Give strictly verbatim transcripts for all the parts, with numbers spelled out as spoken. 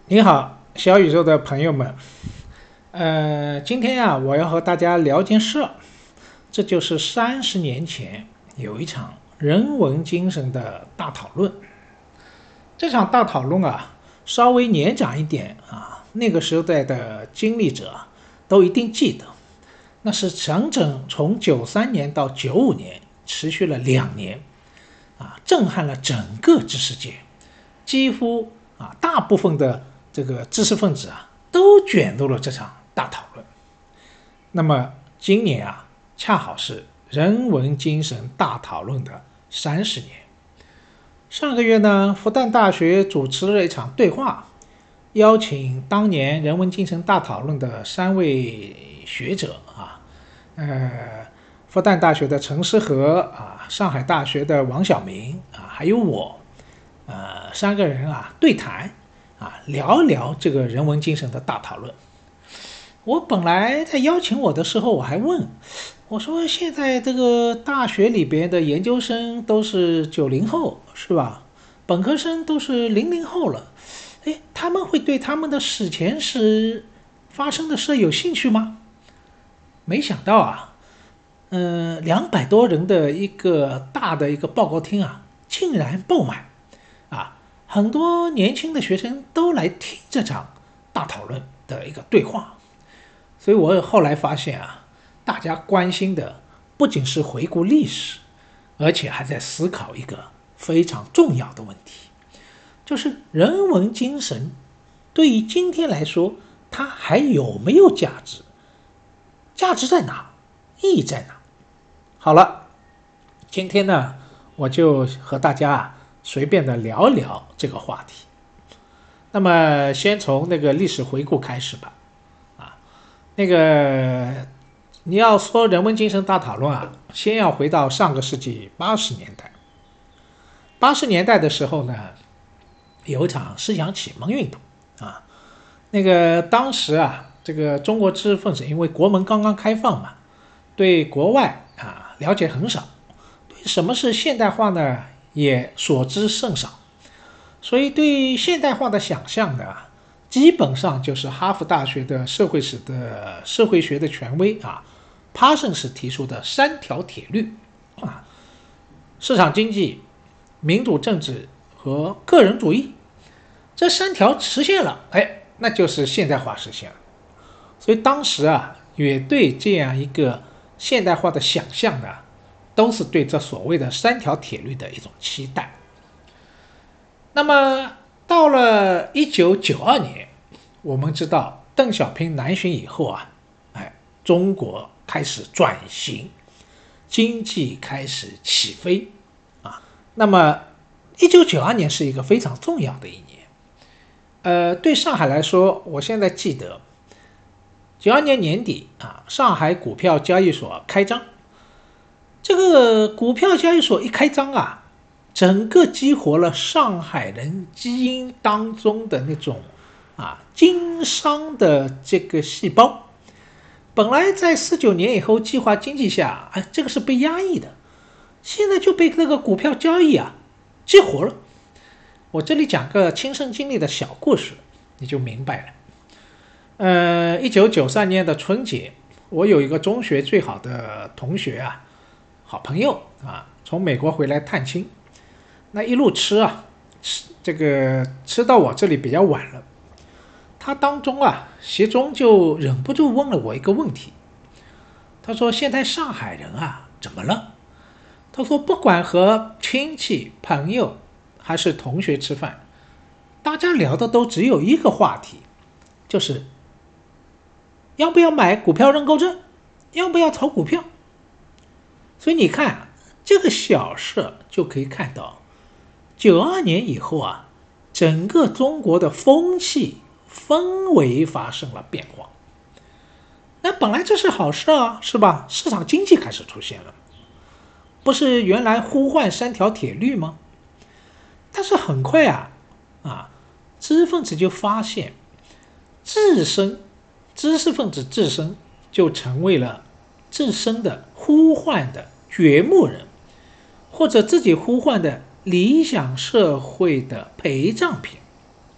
你好，小宇宙的朋友们，呃，今天啊，我要和大家聊件事儿，这就是三十年前有一场人文精神的大讨论。这场大讨论啊，稍微年长一点啊，那个时代的经历者都一定记得，那是整整从九三年到九五年，持续了两年，啊，震撼了整个知识界，几乎啊大部分的这个知识分子啊都卷入了这场大讨论。那么今年啊，恰好是人文精神大讨论的三十年。上个月呢，复旦大学主持了一场对话，邀请当年人文精神大讨论的三位学者啊，呃，复旦大学的陈思和啊，上海大学的王晓明啊，还有我，呃，三个人啊对谈啊，聊一聊这个人文精神的大讨论。我本来在邀请我的时候，我还问我说：“现在这个大学里边的研究生都是九零后，是吧？本科生都是零零后了，哎，他们会对他们的史前时发生的事有兴趣吗？”没想到啊，嗯，两百多人的一个大的一个报告厅啊，竟然爆满啊！很多年轻的学生都来听这场大讨论的一个对话。所以我后来发现啊，大家关心的不仅是回顾历史，而且还在思考一个非常重要的问题，就是人文精神对于今天来说，它还有没有价值？价值在哪？意义在哪？好了，今天呢，我就和大家啊随便的聊一聊这个话题。那么，先从那个历史回顾开始吧。啊，那个你要说人文精神大讨论啊，先要回到上个世纪八十年代。八十年代的时候呢，有一场思想启蒙运动啊。那个当时啊，这个中国知识分子因为国门刚刚开放嘛，对国外啊了解很少，对什么是现代化呢也所知甚少，所以对现代化的想象呢，基本上就是哈佛大学的社会史的社会学的权威啊，帕森斯提出的三条铁律啊，市场经济、民主政治和个人主义，这三条实现了，哎，那就是现代化实现了。所以当时啊，也对这样一个现代化的想象呢，都是对这所谓的三条铁律的一种期待。那么到了一九九二年，我们知道邓小平南巡以后啊，哎，中国开始转型，经济开始起飞啊。那么一九九二年是一个非常重要的一年。呃，对上海来说，我现在记得九二年年底啊，上海股票交易所开张。这个股票交易所一开张啊，整个激活了上海人基因当中的那种啊经商的这个细胞。本来在四九年以后计划经济下，哎，这个是被压抑的，现在就被那个股票交易啊激活了。我这里讲个亲身经历的小故事，你就明白了。呃，一九九三年的春节，我有一个中学最好的同学啊，好朋友啊，从美国回来探亲，那一路吃啊，吃这个吃到我这里比较晚了，他当中啊，其中就忍不住问了我一个问题，他说：“现在上海人啊，怎么了？”他说：“不管和亲戚、朋友还是同学吃饭，大家聊的都只有一个话题，就是要不要买股票认购证，要不要炒股票。”所以你看，这个小事就可以看到，九二年以后啊，整个中国的风气氛围发生了变化。那本来这是好事啊，是吧？市场经济开始出现了，不是原来呼唤三条铁律吗？但是很快啊，啊，知识分子就发现，自身知识分子自身就成为了自身的呼唤的掘墓人，或者自己呼唤的理想社会的陪葬品。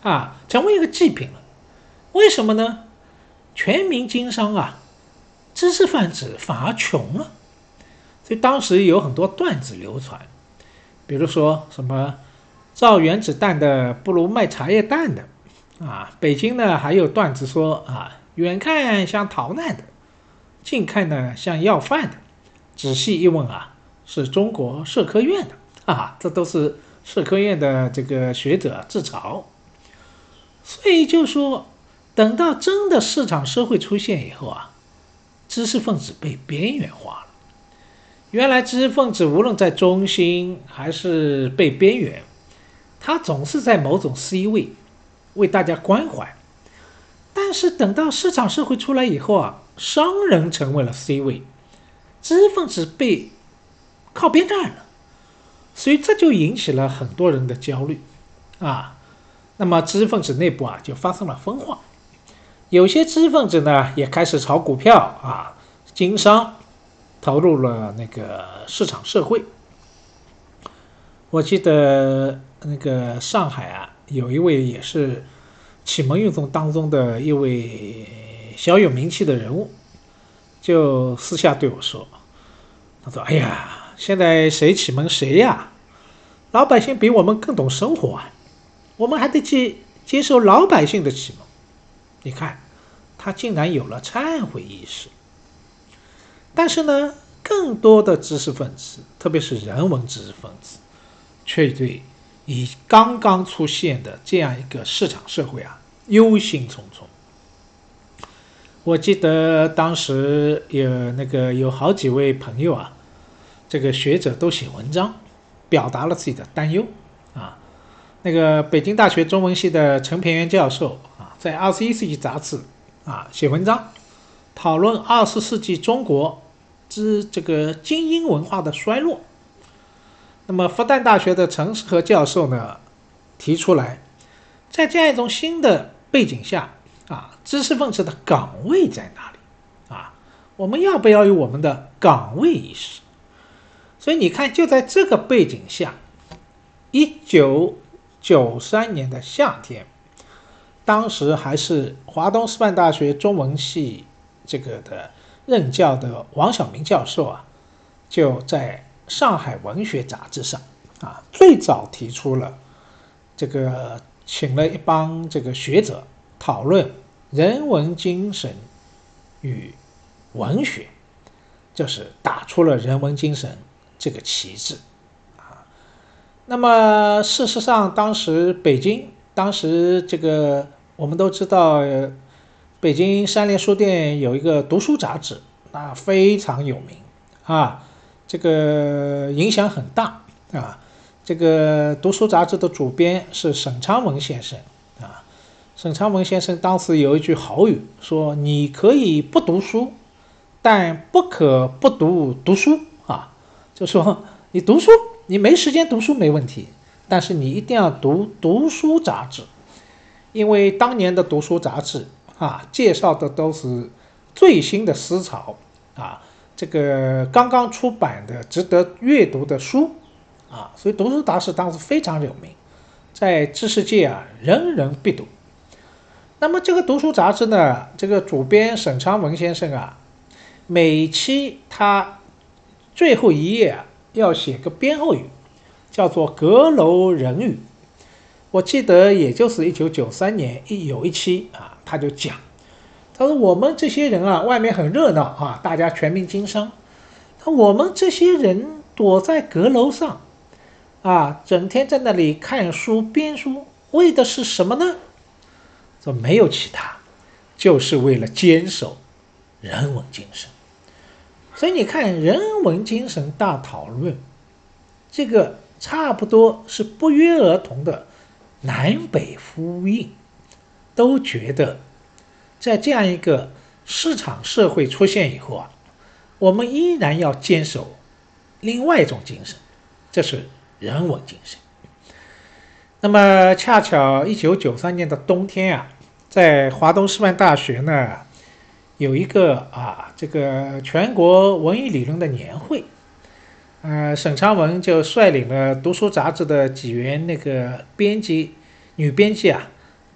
啊，成为一个祭品了。为什么呢？全民经商啊，知识分子反而穷了。所以当时有很多段子流传，比如说什么造原子弹的不如卖茶叶蛋的啊，北京呢还有段子说啊，远看像逃难的，近看呢像要饭的，仔细一问啊，是中国社科院的啊，这都是社科院的这个学者自嘲。所以就说，等到真的市场社会出现以后啊，知识分子被边缘化了。原来知识分子无论在中心还是被边缘，他总是在某种 C 位，为大家关怀。但是等到市场社会出来以后啊，商人成为了 C 位，知识分子被靠边站了，所以这就引起了很多人的焦虑啊。那么知识分子内部啊就发生了分化，有些知识分子呢也开始炒股票啊，经商，投入了那个市场社会。我记得那个上海啊，有一位也是启蒙运动当中的一位小有名气的人物，就私下对我说，他说：“哎呀，现在谁启蒙谁呀？老百姓比我们更懂生活啊，我们还得去接受老百姓的启蒙。”你看，他竟然有了忏悔意识。但是呢，更多的知识分子，特别是人文知识分子，却对以刚刚出现的这样一个市场社会啊忧心忡忡。我记得当时有那个有好几位朋友啊，这个学者都写文章，表达了自己的担忧啊。那个北京大学中文系的陈培元教授啊，在二十一世纪杂志啊写文章，讨论二十世纪中国之这个精英文化的衰落。那么复旦大学的陈士和教授呢，提出来，在这样一种新的背景下啊，知识分子的岗位在哪里啊？我们要不要有我们的岗位意识？所以你看，就在这个背景下，一九九三年的夏天，当时还是华东师范大学中文系这个的任教的王晓明教授啊，就在上海文学杂志上啊，最早提出了这个，请了一帮这个学者讨论人文精神与文学，就是打出了人文精神这个旗帜啊。那么事实上，当时北京，当时这个我们都知道，北京三联书店有一个读书杂志，那非常有名啊，这个影响很大啊。这个读书杂志的主编是沈昌文先生啊。沈昌文先生当时有一句好语，说：“你可以不读书，但不可不读读书啊。”就说你读书，你没时间读书没问题，但是你一定要读读书杂志，因为当年的读书杂志啊，介绍的都是最新的思潮啊，这个刚刚出版的值得阅读的书啊，所以读书杂志当时非常有名，在知识界啊，人人必读。那么这个读书杂志呢，这个主编沈昌文先生啊，每期他最后一页啊，要写个编后语，叫做阁楼人语。我记得也就是一九九三年一有一期啊，他就讲，他说我们这些人啊，外面很热闹啊，大家全民经商，我们这些人躲在阁楼上啊，整天在那里看书编书，为的是什么呢？说没有其他，就是为了坚守人文精神。所以你看，人文精神大讨论，这个差不多是不约而同的南北呼应，都觉得在这样一个市场社会出现以后啊，我们依然要坚守另外一种精神，这是人文精神。那么恰巧一九九三年的冬天啊，在华东师范大学呢，有一个啊这个全国文艺理论的年会，呃，沈昌文就率领了读书杂志的几员那个编辑女编辑啊，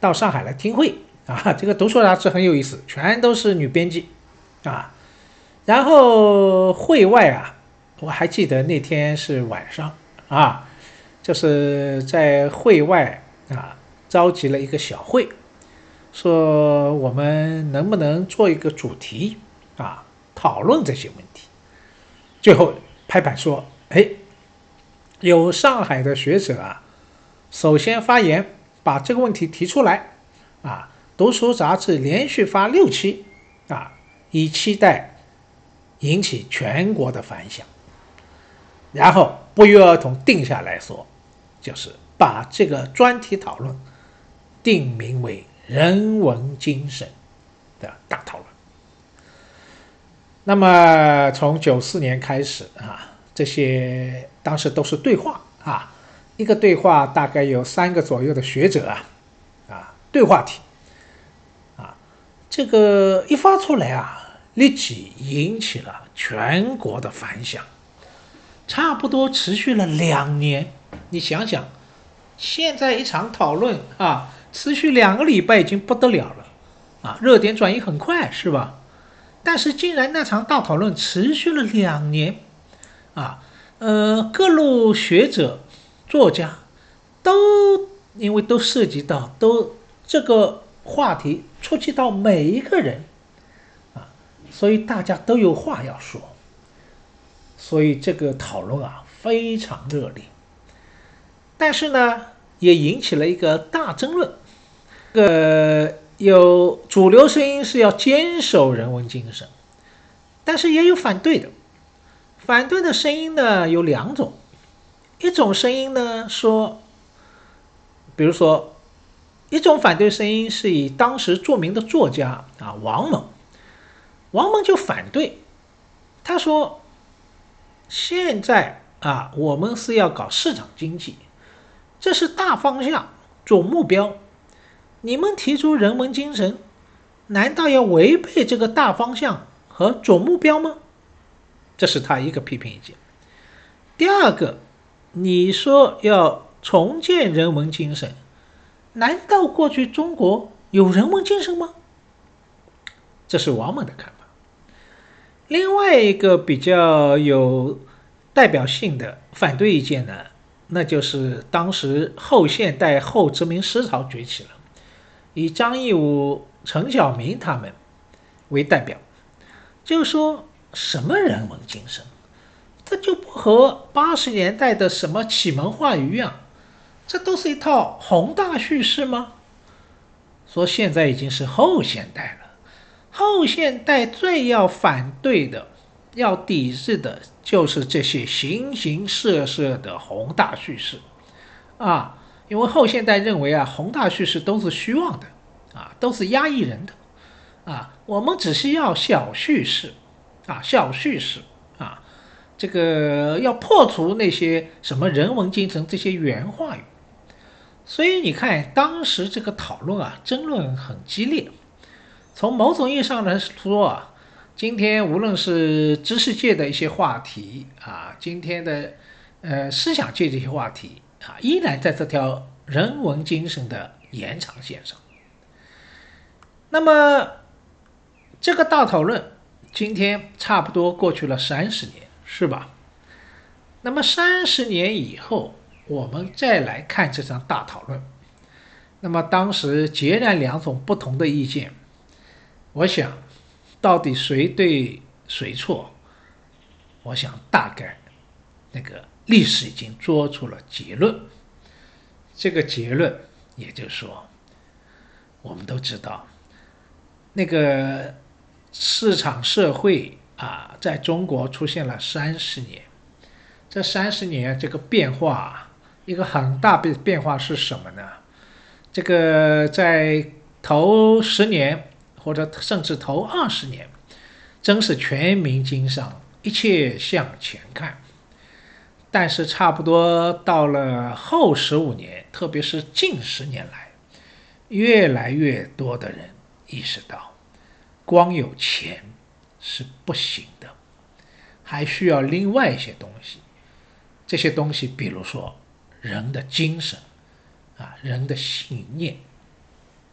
到上海来听会啊。这个读书杂志很有意思，全都是女编辑啊。然后会外啊，我还记得那天是晚上啊，就是在会外啊召集了一个小会，说我们能不能做一个主题啊，讨论这些问题。最后拍板说，哎，有上海的学者啊，首先发言，把这个问题提出来啊，读书杂志连续发六期啊，以期待引起全国的反响。然后不约而同定下来说，就是把这个专题讨论定名为人文精神的大讨论。那么从九四年开始啊，这些当时都是对话啊，一个对话大概有三个左右的学者啊啊对话题啊，这个一发出来啊，立即引起了全国的反响，差不多持续了两年。你想想，现在一场讨论啊，持续两个礼拜已经不得了了啊，热点转移很快，是吧？但是竟然那场大讨论持续了两年啊，呃，各路学者、作家都因为都涉及到，都这个话题触及到每一个人啊，所以大家都有话要说，所以这个讨论啊非常热烈。但是呢，也引起了一个大争论。这个有主流声音是要坚守人文精神，但是也有反对的。反对的声音呢有两种，一种声音呢说，比如说，一种反对声音是以当时著名的作家啊王蒙，王蒙就反对，他说，现在啊我们是要搞市场经济，这是大方向、总目标。你们提出人文精神，难道要违背这个大方向和总目标吗？这是他一个批评意见。第二个，你说要重建人文精神，难道过去中国有人文精神吗？这是王蒙的看法。另外一个比较有代表性的反对意见呢，那就是当时后现代后殖民思潮崛起了，以张义武、陈晓明他们为代表，就是说什么人文精神，这就不和八十年代的什么启蒙话语一样，这都是一套宏大叙事吗？说现在已经是后现代了，后现代最要反对的、要抵制的，就是这些形形色色的宏大叙事啊！因为后现代认为啊，宏大叙事都是虚妄的啊，都是压抑人的啊，我们只是要小叙事啊，小叙事啊，这个要破除那些什么人文精神这些原话语。所以你看，当时这个讨论啊，争论很激烈。从某种意义上来说啊，今天无论是知识界的一些话题啊，今天的呃思想界这些话题啊，依然在这条人文精神的延长线上。那么这个大讨论今天差不多过去了三十年，是吧？那么三十年以后，我们再来看这场大讨论，那么当时截然两种不同的意见，我想到底谁对谁错，我想大概那个历史已经做出了结论。这个结论也就是说，我们都知道那个市场社会啊，在中国出现了三十年，这三十年这个变化，一个很大的变化是什么呢？这个在头十年或者甚至头二十年，真是全民经商，一切向前看。但是差不多到了后十五年，特别是近十年来，越来越多的人意识到，光有钱是不行的，还需要另外一些东西。这些东西，比如说人的精神啊，人的信念。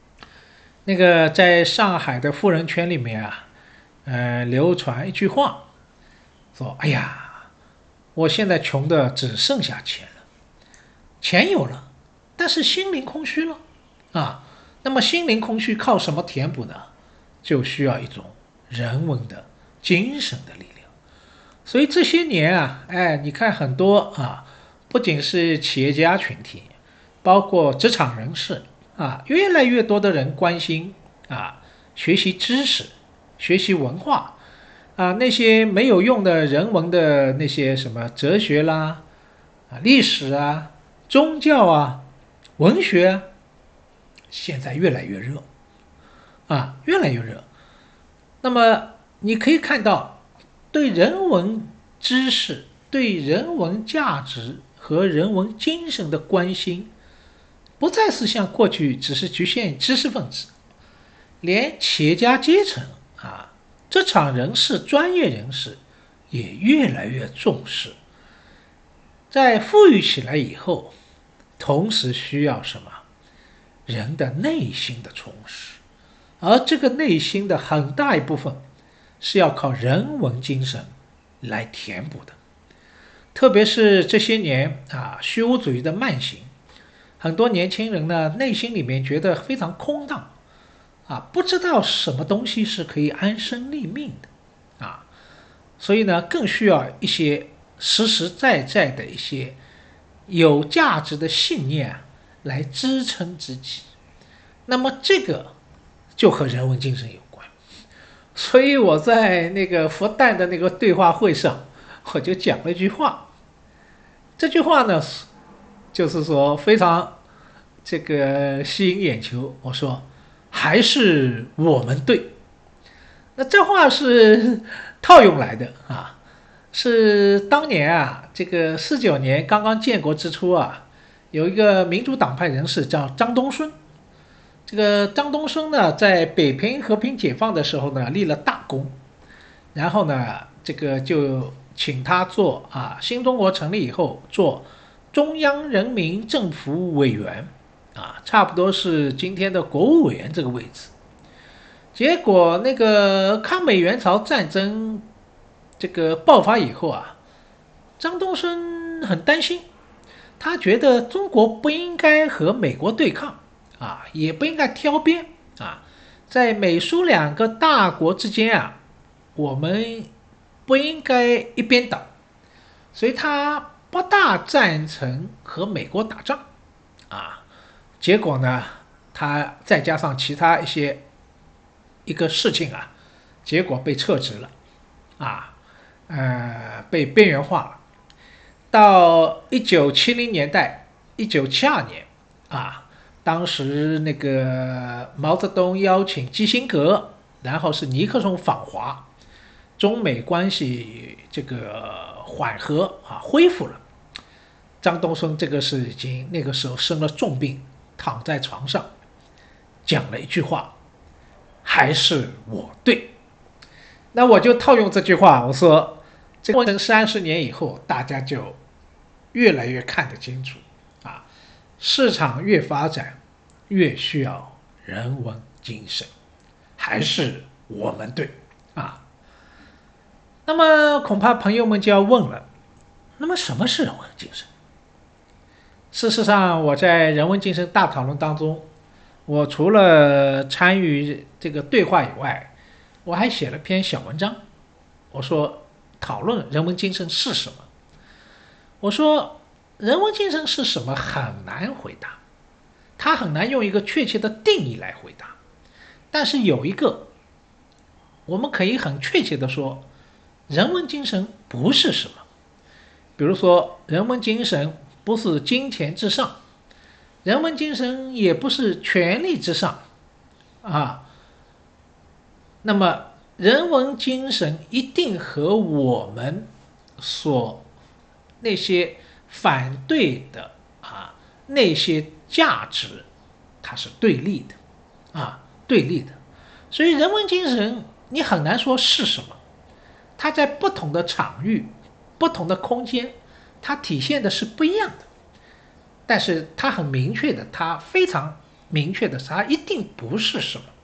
那个在上海的富人圈里面啊，呃，流传一句话，说：“哎呀，我现在穷的只剩下钱了，钱有了，但是心灵空虚了啊。那么心灵空虚靠什么填补呢？就需要一种人文的、精神的力量。所以这些年啊，哎，你看很多啊，不仅是企业家群体，包括职场人士啊，越来越多的人关心啊，学习知识、学习文化啊，那些没有用的人文的那些什么哲学啦、啊历史啊、宗教啊、文学啊，现在越来越热啊，越来越热。那么你可以看到，对人文知识、对人文价值和人文精神的关心，不再是像过去只是局限于知识分子，连企业家阶层啊、职场人士、专业人士也越来越重视。在富裕起来以后，同时需要什么？人的内心的充实，而这个内心的很大一部分是要靠人文精神来填补的。特别是这些年啊，虚无主义的慢行，很多年轻人呢内心里面觉得非常空荡啊，不知道什么东西是可以安身立命的啊，所以呢更需要一些实实在在的一些有价值的信念啊来支撑自己。那么这个就和人文精神有关。所以我在那个复旦的那个对话会上，我就讲了一句话。这句话呢，就是说非常这个吸引眼球。我说，还是我们对。那这话是套用来的啊，是当年啊，这个四九年刚刚建国之初啊，有一个民主党派人士叫张东荪。这个张东荪呢，在北平和平解放的时候呢，立了大功，然后呢，这个就请他做啊，新中国成立以后做中央人民政府委员啊，差不多是今天的国务委员这个位置。结果那个抗美援朝战争这个爆发以后啊，张东荪很担心，他觉得中国不应该和美国对抗啊，也不应该挑边啊，在美苏两个大国之间啊，我们不应该一边倒，所以他不大赞成和美国打仗啊。结果呢，他再加上其他一些一个事情啊，结果被撤职了啊，呃，被边缘化了。到一九七零年代，一九七二年啊，当时那个毛泽东邀请基辛格，然后是尼克松访华，中美关系这个缓和啊，恢复了。张东荪这个是已经那个时候生了重病，躺在床上，讲了一句话，还是我对。那我就套用这句话，我说，这过程三十年以后，大家就越来越看得清楚啊，市场越发展，越需要人文精神，还是我们对啊。那么恐怕朋友们就要问了，那么什么是人文精神？事实上，我在人文精神大讨论当中，我除了参与这个对话以外，我还写了篇小文章。我说，讨论人文精神是什么？我说，人文精神是什么很难回答，它很难用一个确切的定义来回答。但是有一个，我们可以很确切的说，人文精神不是什么。比如说，人文精神不是金钱至上，人文精神也不是权力之上啊。那么，人文精神一定和我们所那些反对的啊那些价值，它是对立的啊，对立的。所以，人文精神你很难说是什么，它在不同的场域、不同的空间，它体现的是不一样的。但是它很明确的，它非常明确的，它一定不是什么。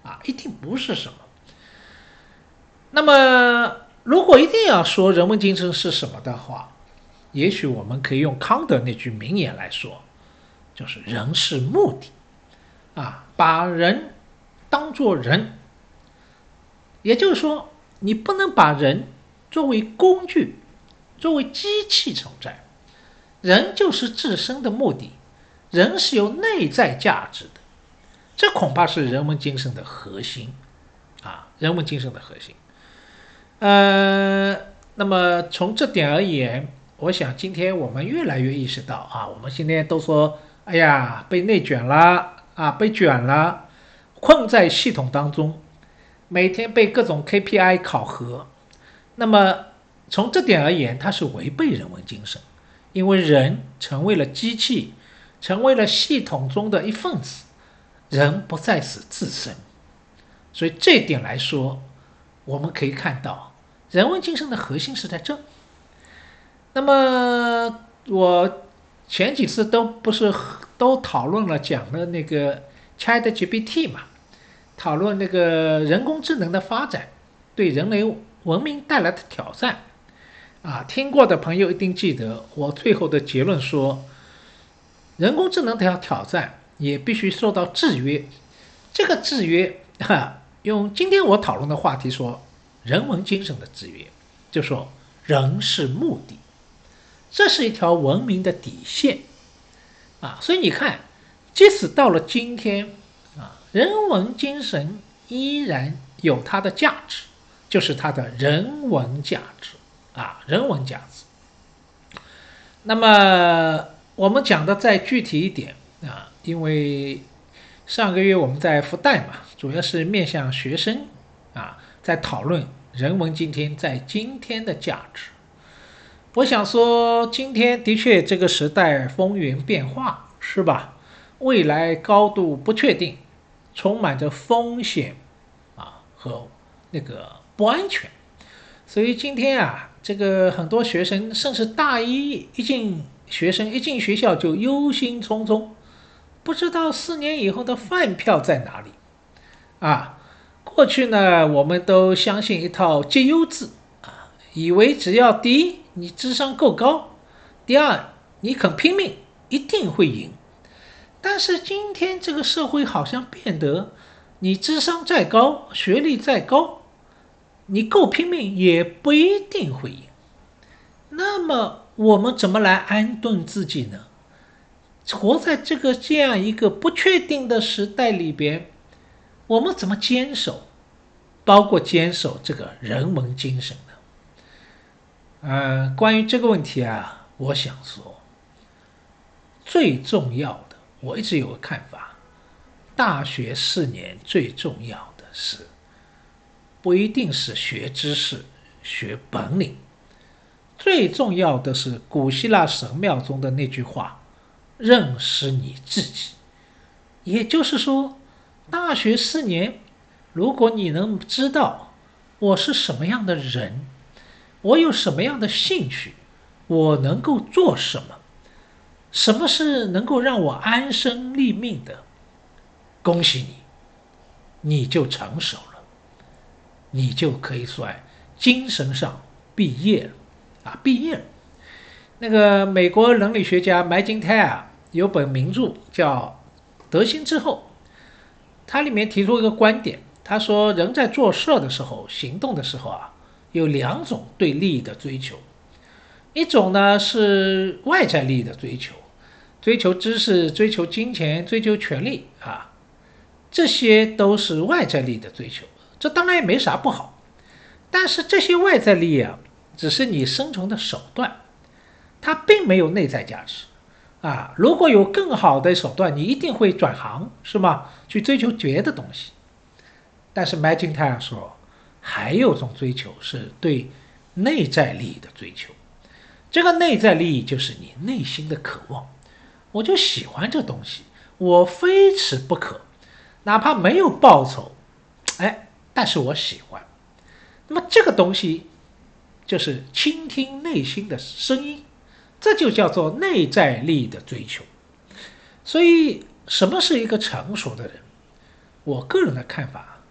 啊，一定不是什么。那么，如果一定要说人文精神是什么的话，也许我们可以用康德那句名言来说，就是人是目的啊，把人当作人，也就是说，你不能把人作为工具，作为机器存在。人就是自身的目的，人是有内在价值的，这恐怕是人文精神的核心啊，人文精神的核心。呃，那么从这点而言，我想今天我们越来越意识到啊，我们今天都说，哎呀，被内卷了啊，被卷了，困在系统当中，每天被各种 K P I 考核。那么从这点而言，它是违背人文精神，因为人成为了机器，成为了系统中的一份子，人不再是自身。所以这一点来说，我们可以看到人文精神的核心是在这。那么我前几次都不是都讨论了讲了那个 ChatGPT 嘛，讨论那个人工智能的发展对人类文明带来的挑战啊，听过的朋友一定记得我最后的结论说，人工智能的挑战也必须受到制约。这个制约哈，用今天我讨论的话题说，人文精神的制约，就说人是目的，这是一条文明的底线啊。所以你看，即使到了今天啊，人文精神依然有它的价值，就是它的人文价值啊，人文价值。那么我们讲的再具体一点啊，因为上个月我们在复旦嘛，主要是面向学生啊，在讨论人文今天在今天的价值。我想说，今天的确这个时代风云变化，是吧？未来高度不确定，充满着风险啊和那个不安全。所以今天啊，这个很多学生，甚至大一一进学生一进学校就忧心忡忡，不知道四年以后的饭票在哪里啊。过去呢，我们都相信一套绩优制啊，以为只要第一你智商够高，第二你肯拼命，一定会赢。但是今天这个社会好像变得，你智商再高，学历再高，你够拼命也不一定会赢。那么我们怎么来安顿自己呢？活在这个这样一个不确定的时代里边，我们怎么坚守，包括坚守这个人文精神呢？呃，关于这个问题啊，我想说，最重要的，我一直有个看法，大学四年最重要的是，不一定是学知识、学本领，最重要的是古希腊神庙中的那句话，认识你自己。也就是说，大学四年，如果你能知道我是什么样的人，我有什么样的兴趣，我能够做什么，什么是能够让我安身立命的，恭喜你，你就成熟了，你就可以算精神上毕业了啊，毕业了。那个美国伦理学家麦金泰尔有本名著叫《德心之后》，他里面提出一个观点，他说人在做事的时候、行动的时候啊，有两种对利益的追求，一种呢是外在利益的追求，追求知识、追求金钱、追求权利啊，这些都是外在利益的追求，这当然也没啥不好。但是这些外在利益啊，只是你生存的手段，它并没有内在价值啊。如果有更好的手段，你一定会转行，是吗？去追求别的东西。但是麦金泰尔说，还有种追求是对内在利益的追求。这个内在利益就是你内心的渴望，我就喜欢这东西，我非吃不可，哪怕没有报酬，哎，但是我喜欢。那么这个东西就是倾听内心的声音，这就叫做内在利益的追求。所以什么是一个成熟的人？我个人的看法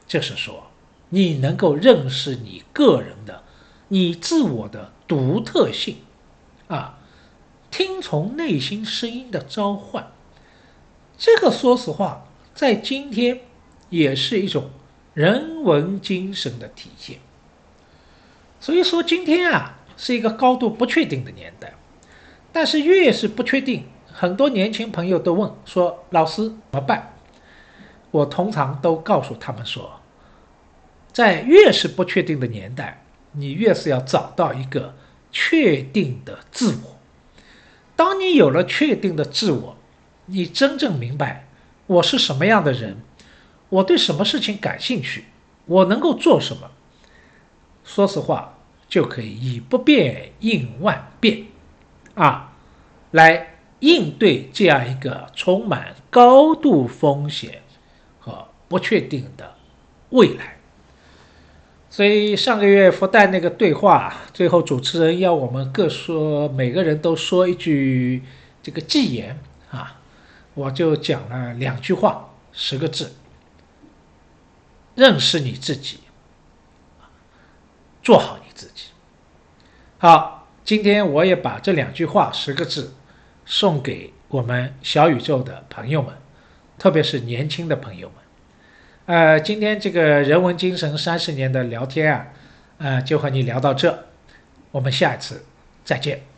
就是说你能够认识你个人的、你自我的独特性啊，听从内心声音的召唤。这个说实话，在今天也是一种人文精神的体现。所以说今天啊是一个高度不确定的年代，但是越是不确定，很多年轻朋友都问说老师怎么办？我通常都告诉他们说，在越是不确定的年代，你越是要找到一个确定的自我。当你有了确定的自我，你真正明白我是什么样的人，我对什么事情感兴趣，我能够做什么，说实话，就可以以不变应万变啊，来应对这样一个充满高度风险和不确定的未来。所以上个月复旦那个对话，最后主持人要我们各说，每个人都说一句这个寄言啊，我就讲了两句话，十个字：认识你自己，做好你自己。好，今天我也把这两句话十个字送给我们小宇宙的朋友们，特别是年轻的朋友们。呃，今天这个人文精神三十年的聊天啊，呃，就和你聊到这，我们下一次再见。